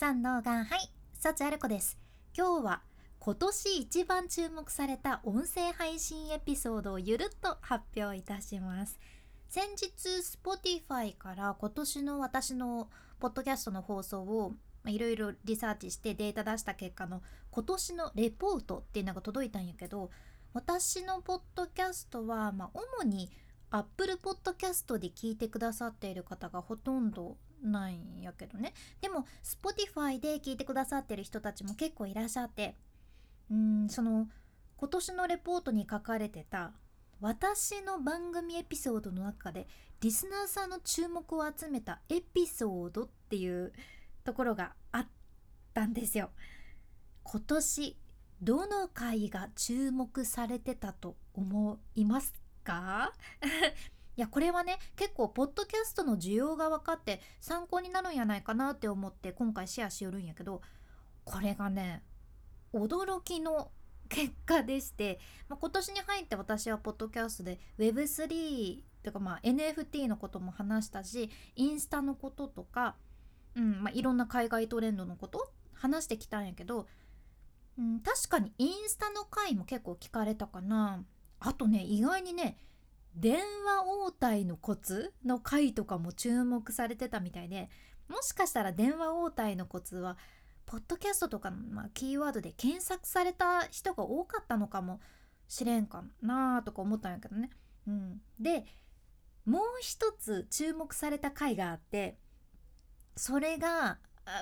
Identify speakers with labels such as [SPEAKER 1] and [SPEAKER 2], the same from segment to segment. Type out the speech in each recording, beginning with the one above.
[SPEAKER 1] さんのがはい、幸ある子です。今日は今年一番注目された音声配信エピソードをゆるっと発表いたします。先日 Spotify から今年の私のポッドキャストの放送をいろいろリサーチしてデータ出した結果の今年のレポートっていうのが届いたんやけど、私のポッドキャストは、主に Apple Podcast で聞いてくださっている方がほとんどないんやけどね。でも Spotify で聞いてくださってる人たちも結構いらっしゃって、その今年のレポートに書かれてた私の番組エピソードの中でリスナーさんの注目を集めたエピソードっていうところがあったんですよ。今年どの回が注目されてたと思いますか？いやこれはね、結構ポッドキャストの需要が分かって参考になるんやないかなって思って今回シェアしよるんやけど、これがね驚きの結果でして、今年に入って私はポッドキャストで Web3 とかNFT のことも話したし、インスタのこととか、いろんな海外トレンドのこと話してきたんやけど、確かにインスタの回も結構聞かれたかな。あとね、意外にね、電話応対のコツの回とかも注目されてたみたいで、もしかしたら電話応対のコツはポッドキャストとかの、キーワードで検索された人が多かったのかもしれんかなとか思ったんやけどね。でもう一つ注目された回があって、それが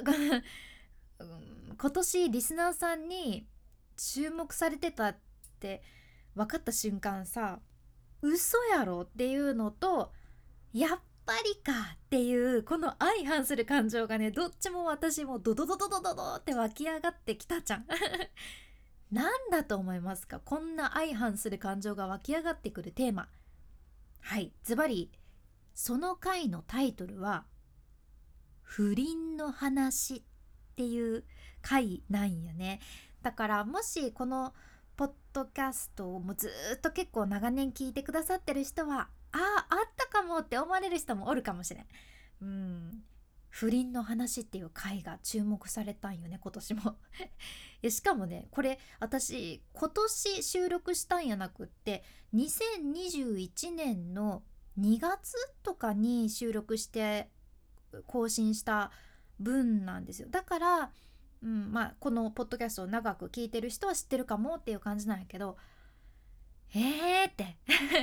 [SPEAKER 1] 今年リスナーさんに注目されてたって分かった瞬間さ、嘘やろっていうのと、やっぱりかっていうこの相反する感情がね、どっちも私もドドドドドドドって湧き上がってきたじゃん。なんだと思いますか、こんな相反する感情が湧き上がってくるテーマ。はい、ズバリその回のタイトルは不倫の話っていう回なんよね。だからもしこのポッドキャストをもうずっと結構長年聞いてくださってる人は、あったかもって思われる人もおるかもしれん。不倫の話っていう回が注目されたんよね、今年も。しかもね、これ私今年収録したんやなくって2021年の2月とかに収録して更新した分なんですよ。だから、このポッドキャストを長く聞いてる人は知ってるかもっていう感じなんやけど、って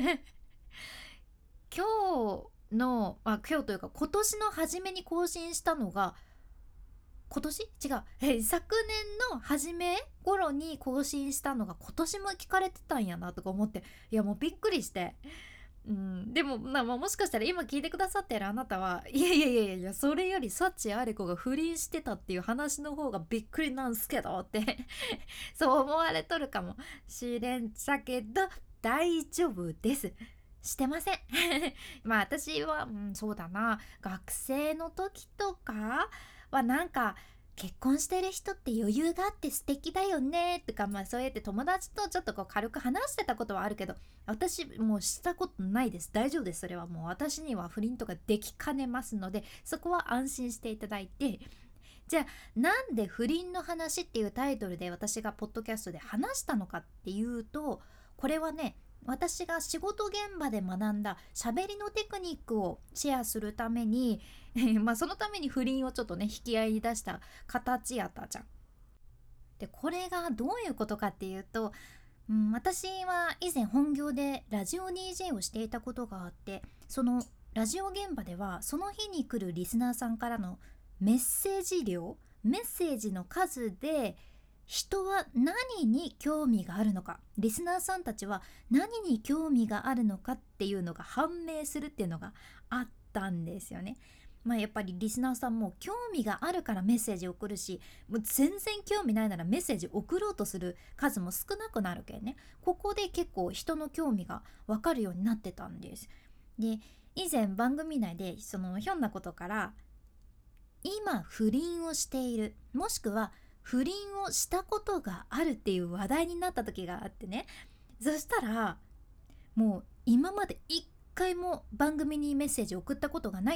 [SPEAKER 1] 今日というか今年の初めに更新したのが、今年違う、昨年の初め頃に更新したのが今年も聞かれてたんやなとか思って、いやもうびっくりして、でももしかしたら今聞いてくださってるあなたは、いやそれより幸あれ子が不倫してたっていう話の方がびっくりなんすけどってそう思われとるかもしれんさけど、大丈夫です、してません。私は、そうだな、学生の時とかはなんか結婚してる人って余裕があって素敵だよねとか、そうやって友達とちょっとこう軽く話してたことはあるけど、私もうしたことないです。大丈夫です。それはもう私には不倫とかできかねますので、そこは安心していただいて。じゃあなんで不倫の話っていうタイトルで私がポッドキャストで話したのかっていうと、これはね、私が仕事現場で学んだ喋りのテクニックをシェアするためにそのために不倫をちょっとね引き合いに出した形やったじゃん。でこれがどういうことかっていうと、私は以前本業でラジオ DJ をしていたことがあって、そのラジオ現場ではその日に来るリスナーさんからのメッセージ量、メッセージの数で人は何に興味があるのか、リスナーさんたちは何に興味があるのかっていうのが判明するっていうのがあったんですよね。やっぱりリスナーさんも興味があるからメッセージを送るし、もう全然興味ないならメッセージ送ろうとする数も少なくなるけんね。ここで結構人の興味が分かるようになってたんです。で以前番組内でそのひょんなことから今不倫をしている、もしくは不倫をしたことがあるっていう話題になった時があってね。そしたらもう今まで一回も番組にメッセージ送ったことがない、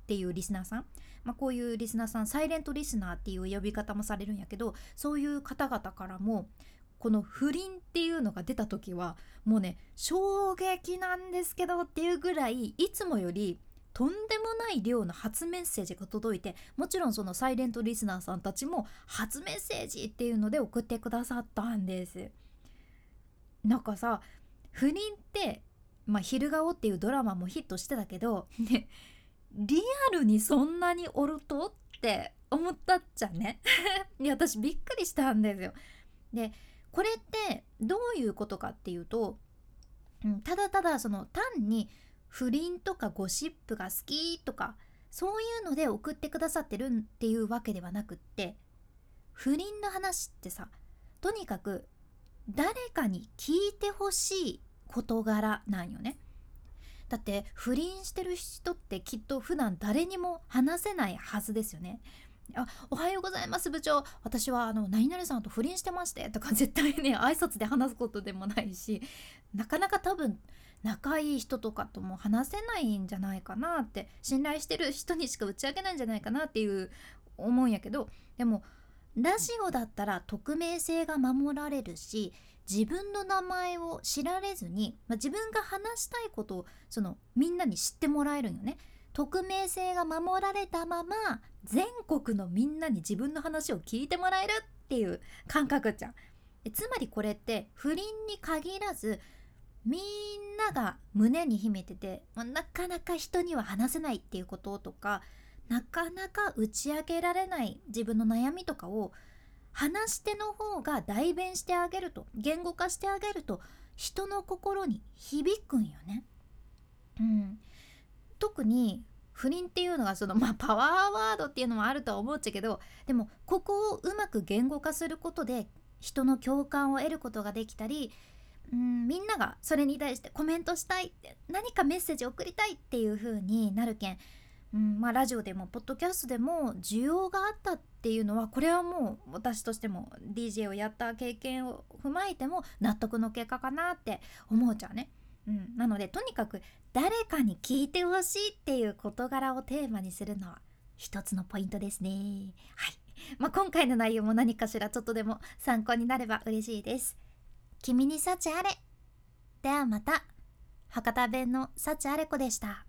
[SPEAKER 1] っていうリスナーさん、こういうリスナーさんサイレントリスナーっていう呼び方もされるんやけど、そういう方々からもこの不倫っていうのが出た時はもうね衝撃なんですけどっていうぐらい、いつもよりとんでもない量の初メッセージが届いて、もちろんそのサイレントリスナーさんたちも初メッセージっていうので送ってくださったんです。なんかさ、不倫って、昼顔っていうドラマもヒットしてたけどね、リアルにそんなにおるとって思ったっちゃねいや私びっくりしたんですよ。でこれってどういうことかっていうと、ただただその単に不倫とかゴシップが好きとかそういうので送ってくださってるっていうわけではなくって、不倫の話ってさ、とにかく誰かに聞いてほしい事柄なんよね。だって不倫してる人ってきっと普段誰にも話せないはずですよね。おはようございます部長、私は何々さんと不倫してましてとか絶対ね挨拶で話すことでもないし、なかなか多分仲いい人とかとも話せないんじゃないかなって、信頼してる人にしか打ち明けないんじゃないかなっていう思うんやけど、でもラジオだったら匿名性が守られるし、自分の名前を知られずに、自分が話したいことをみんなに知ってもらえるんよね。匿名性が守られたまま全国のみんなに自分の話を聞いてもらえるっていう感覚じゃん。つまりこれって不倫に限らず、みんなが胸に秘めてて、なかなか人には話せないっていうこととか、なかなか打ち明けられない自分の悩みとかを話し手の方が代弁してあげると、言語化してあげると人の心に響くんよね。特に不倫っていうのがパワーワードっていうのもあるとは思っちゃうけど、でもここをうまく言語化することで人の共感を得ることができたり、みんながそれに対してコメントしたいって、何かメッセージ送りたいっていう風になるけん、ラジオでもポッドキャストでも需要があったっていうのは、これはもう私としても DJ をやった経験を踏まえても納得の結果かなって思うちゃうね。なのでとにかく誰かに聞いてほしいっていう事柄をテーマにするのは一つのポイントですね。はい。今回の内容も何かしらちょっとでも参考になれば嬉しいです。君に幸あれ。ではまた。博多弁の幸あれ子でした。